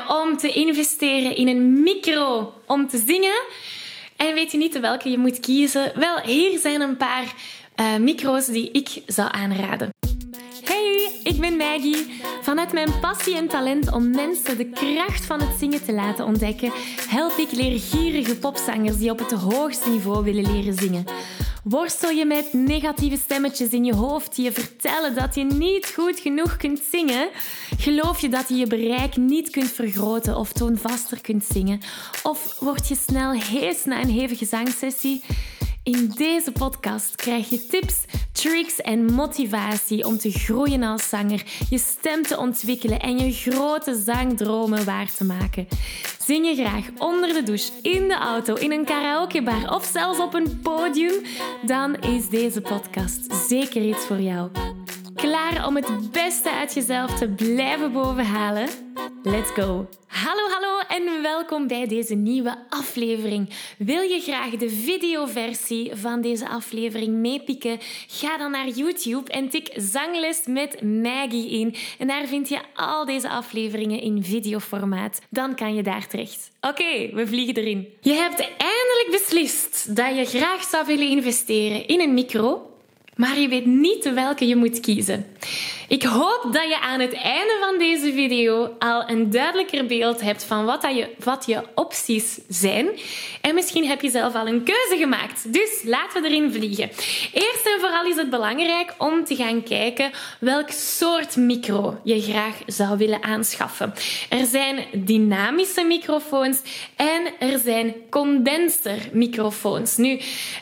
klaar om te investeren in een micro om te zingen? En weet je niet welke je moet kiezen? Wel, hier zijn een paar micro's die ik zou aanraden. Hey, ik ben Maggie. Vanuit mijn passie en talent om mensen de kracht van het zingen te laten ontdekken, help ik leergierige popzangers die op het hoogste niveau willen leren zingen. Worstel je met negatieve stemmetjes in je hoofd die je vertellen dat je niet goed genoeg kunt zingen? Geloof je dat je je bereik niet kunt vergroten of toonvaster kunt zingen? Of word je snel hees na een hevige zangsessie? In deze podcast krijg je tips, tricks en motivatie om te groeien als zanger, je stem te ontwikkelen en je grote zangdromen waar te maken. Zing je graag onder de douche, in de auto, in een karaokebar of zelfs op een podium? Dan is deze podcast zeker iets voor jou. Klaar om het beste uit jezelf te blijven bovenhalen? Let's go! Hallo en welkom bij deze nieuwe aflevering. Wil je graag de videoversie van deze aflevering meepikken? Ga dan naar YouTube en tik Zangles met Maggie in. En daar vind je al deze afleveringen in videoformaat. Dan kan je daar terecht. Oké, we vliegen erin. Je hebt eindelijk beslist dat je graag zou willen investeren in een micro, maar je weet niet welke je moet kiezen. Ik hoop dat je aan het einde van deze video al een duidelijker beeld hebt van wat je opties zijn. En misschien heb je zelf al een keuze gemaakt. Dus laten we erin vliegen. Eerst en vooral is het belangrijk om te gaan kijken welk soort micro je graag zou willen aanschaffen. Er zijn dynamische microfoons en er zijn condensermicrofoons. Nu,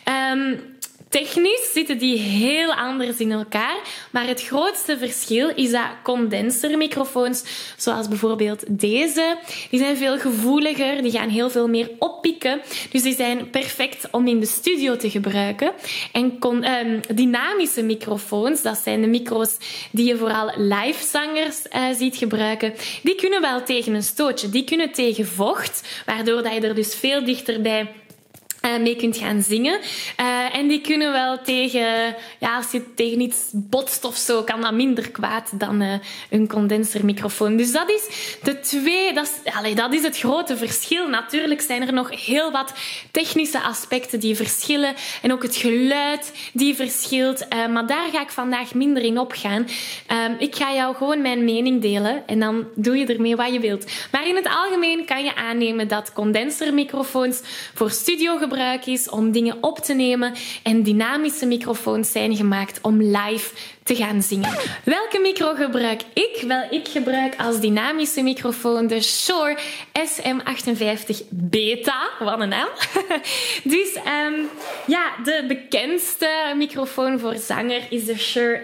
technisch zitten die heel anders in elkaar, maar het grootste verschil is dat condensermicrofoons, zoals bijvoorbeeld deze, die zijn veel gevoeliger, die gaan heel veel meer oppikken, dus die zijn perfect om in de studio te gebruiken. En dynamische microfoons, dat zijn de micro's die je vooral live zangers ziet gebruiken, die kunnen wel tegen een stootje, die kunnen tegen vocht, waardoor dat je er dus veel dichterbij mee kunt gaan zingen. En die kunnen wel tegen, als je tegen iets botst of zo, kan dat minder kwaad dan een condensermicrofoon. Dus dat is dat is het grote verschil. Natuurlijk zijn er nog heel wat technische aspecten die verschillen en ook het geluid die verschilt. Maar daar ga ik vandaag minder in opgaan. Ik ga jou gewoon mijn mening delen en dan doe je ermee wat je wilt. Maar in het algemeen kan je aannemen dat condensermicrofoons voor studiogebruik is om dingen op te nemen en dynamische microfoons zijn gemaakt om live te gaan zingen. Welke micro gebruik ik? Wel, ik gebruik als dynamische microfoon de Shure SM58 Beta. Wat een naam. Dus de bekendste microfoon voor zanger is de Shure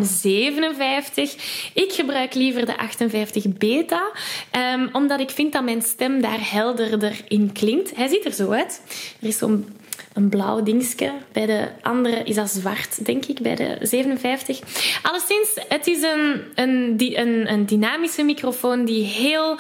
SM57. Ik gebruik liever de 58 Beta, omdat ik vind dat mijn stem daar helderder in klinkt. Hij ziet er zo uit. Er is zo'n blauw dingetje. Bij de andere is dat zwart, denk ik, bij de 57. Alleszins, het is een dynamische microfoon die heel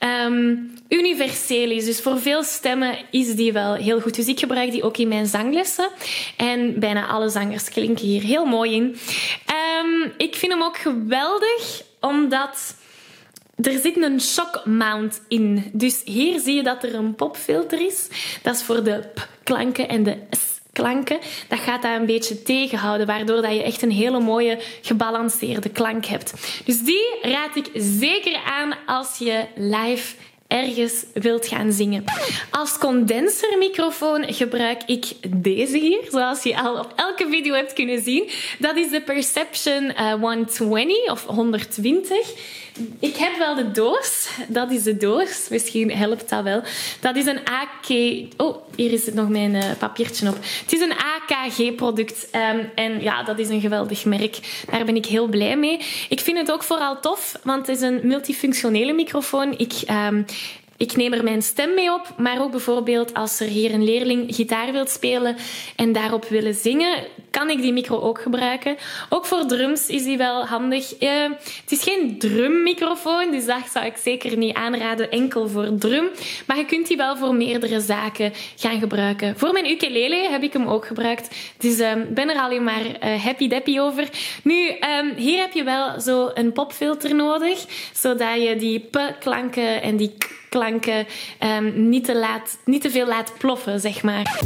universeel is. Dus voor veel stemmen is die wel heel goed. Dus ik gebruik die ook in mijn zanglessen. En bijna alle zangers klinken hier heel mooi in. Ik vind hem ook geweldig, omdat er zit een shock mount in. Dus hier zie je dat er een popfilter is. Dat is voor de p-klanken en de s-klanken. Dat gaat dat een beetje tegenhouden, waardoor dat je echt een hele mooie gebalanceerde klank hebt. Dus die raad ik zeker aan als je live ergens wilt gaan zingen. Als condensermicrofoon gebruik ik deze hier, zoals je al op elke video hebt kunnen zien. Dat is de Perception 120 of 120. Ik heb wel de doos. Dat is de doos. Misschien helpt dat wel. Dat is een AK... Oh, hier is nog mijn papiertje op. Het is een AKG-product. En ja, dat is een geweldig merk. Daar ben ik heel blij mee. Ik vind het ook vooral tof, want het is een multifunctionele microfoon. Ik neem er mijn stem mee op, maar ook bijvoorbeeld als er hier een leerling gitaar wil spelen en daarop willen zingen, kan ik die micro ook gebruiken. Ook voor drums is die wel handig. Het is geen drummicrofoon, dus dat zou ik zeker niet aanraden, enkel voor drum. Maar je kunt die wel voor meerdere zaken gaan gebruiken. Voor mijn ukulele heb ik hem ook gebruikt. Dus ik ben er alleen maar happy-dappy over. Nu, hier heb je wel zo een popfilter nodig, zodat je die p-klanken en die k-klanken niet te veel laat ploffen, zeg maar.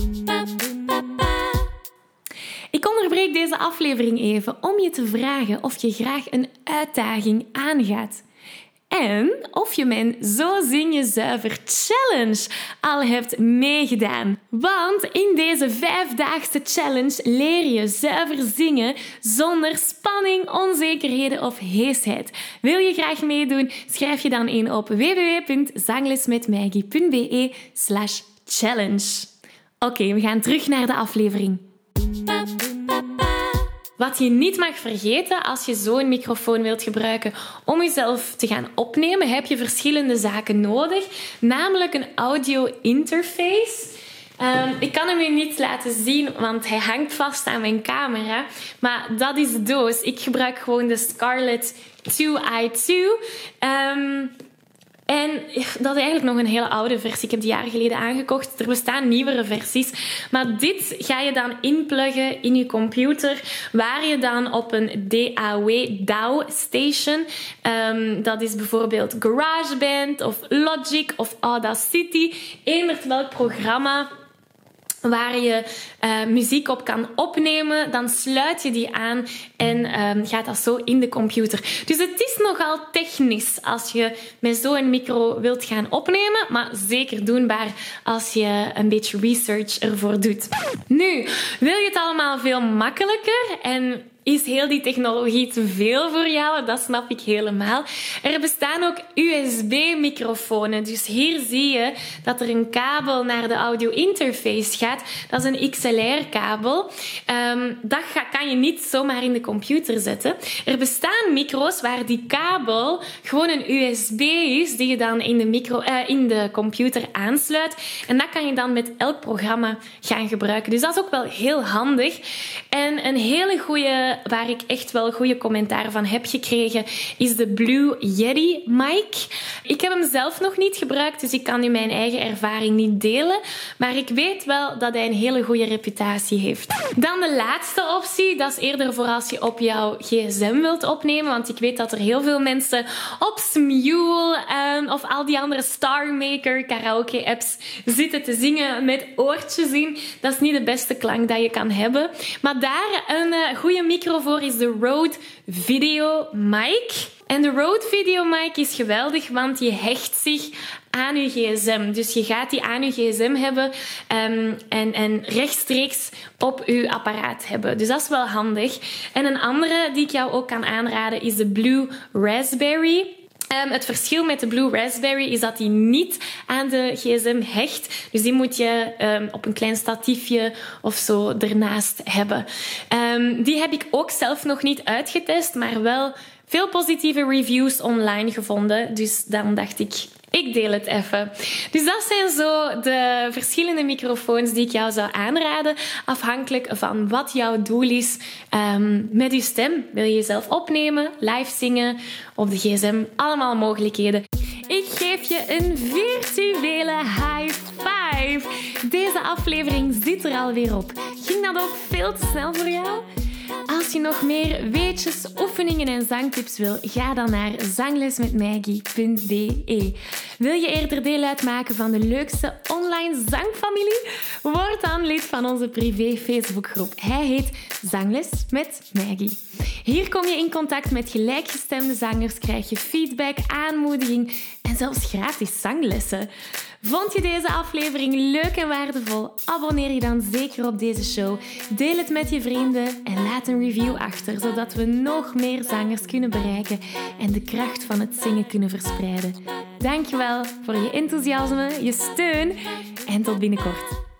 Ik onderbreek deze aflevering even om je te vragen of je graag een uitdaging aangaat. En of je mijn Zo Zing Je Zuiver Challenge al hebt meegedaan. Want in deze 5-daagse challenge leer je zuiver zingen zonder spanning, onzekerheden of heesheid. Wil je graag meedoen? Schrijf je dan in op www.zanglesmetmaggie.be/challenge. Oké, we gaan terug naar de aflevering. Wat je niet mag vergeten als je zo'n microfoon wilt gebruiken om jezelf te gaan opnemen, heb je verschillende zaken nodig. Namelijk een audio interface. Ik kan hem u niet laten zien, want hij hangt vast aan mijn camera. Maar dat is de doos. Ik gebruik gewoon de Scarlett 2i2. En dat is eigenlijk nog een hele oude versie. Ik heb die jaren geleden aangekocht. Er bestaan nieuwere versies. Maar dit ga je dan inpluggen in je computer, waar je dan op een DAW station, dat is bijvoorbeeld GarageBand of Logic of Audacity, eender welk programma waar je muziek op kan opnemen, dan sluit je die aan en gaat dat zo in de computer. Dus het is nogal technisch als je met zo'n micro wilt gaan opnemen, maar zeker doenbaar als je een beetje research ervoor doet. Nu, wil je het allemaal veel makkelijker en is heel die technologie te veel voor jou? Dat snap ik helemaal. Er bestaan ook USB-microfoons. Dus hier zie je dat er een kabel naar de audio interface gaat. Dat is een XLR-kabel. Dat kan je niet zomaar in de computer zetten. Er bestaan micro's waar die kabel gewoon een USB is, die je dan in de computer aansluit. En dat kan je dan met elk programma gaan gebruiken. Dus dat is ook wel heel handig. En een hele goede, waar ik echt wel goede commentaar van heb gekregen, is de Blue Yeti mic. Ik heb hem zelf nog niet gebruikt, dus ik kan nu mijn eigen ervaring niet delen. Maar ik weet wel dat hij een hele goede reputatie heeft. Dan de laatste optie, dat is eerder voor als je op jouw gsm wilt opnemen. Want ik weet dat er heel veel mensen op Smule of al die andere Star Maker karaoke apps zitten te zingen met oortjes in. Dat is niet de beste klank dat je kan hebben. Maar daar een goede micro voor is de Rode Video Mic. En de Rode Video Mic is geweldig, want die hecht zich aan je gsm. Dus je gaat die aan je gsm hebben en rechtstreeks op je apparaat hebben. Dus dat is wel handig. En een andere die ik jou ook kan aanraden is de Blue Raspberry. Het verschil met de Blue Raspberry is dat die niet aan de gsm hecht. Dus die moet je op een klein statiefje of zo ernaast hebben. Die heb ik ook zelf nog niet uitgetest, maar wel veel positieve reviews online gevonden. Dus dan dacht ik deel het even. Dus dat zijn zo de verschillende microfoons die ik jou zou aanraden, afhankelijk van wat jouw doel is met je stem. Wil je jezelf opnemen, live zingen, op de gsm, allemaal mogelijkheden. Ik geef je een virtuele high five. Deze aflevering zit er alweer op. Ging dat ook veel te snel voor jou? Als je nog meer weetjes, oefeningen en zangtips wil, ga dan naar zanglesmetmaggie.be. Wil je eerder deel uitmaken van de leukste online zangfamilie? Word dan lid van onze privé Facebookgroep. Hij heet Zangles met Maggie. Hier kom je in contact met gelijkgestemde zangers, krijg je feedback, aanmoediging en zelfs gratis zanglessen. Vond je deze aflevering leuk en waardevol? Abonneer je dan zeker op deze show. Deel het met je vrienden en laat een review achter, zodat we nog meer zangers kunnen bereiken en de kracht van het zingen kunnen verspreiden. Dankjewel voor je enthousiasme, je steun en tot binnenkort.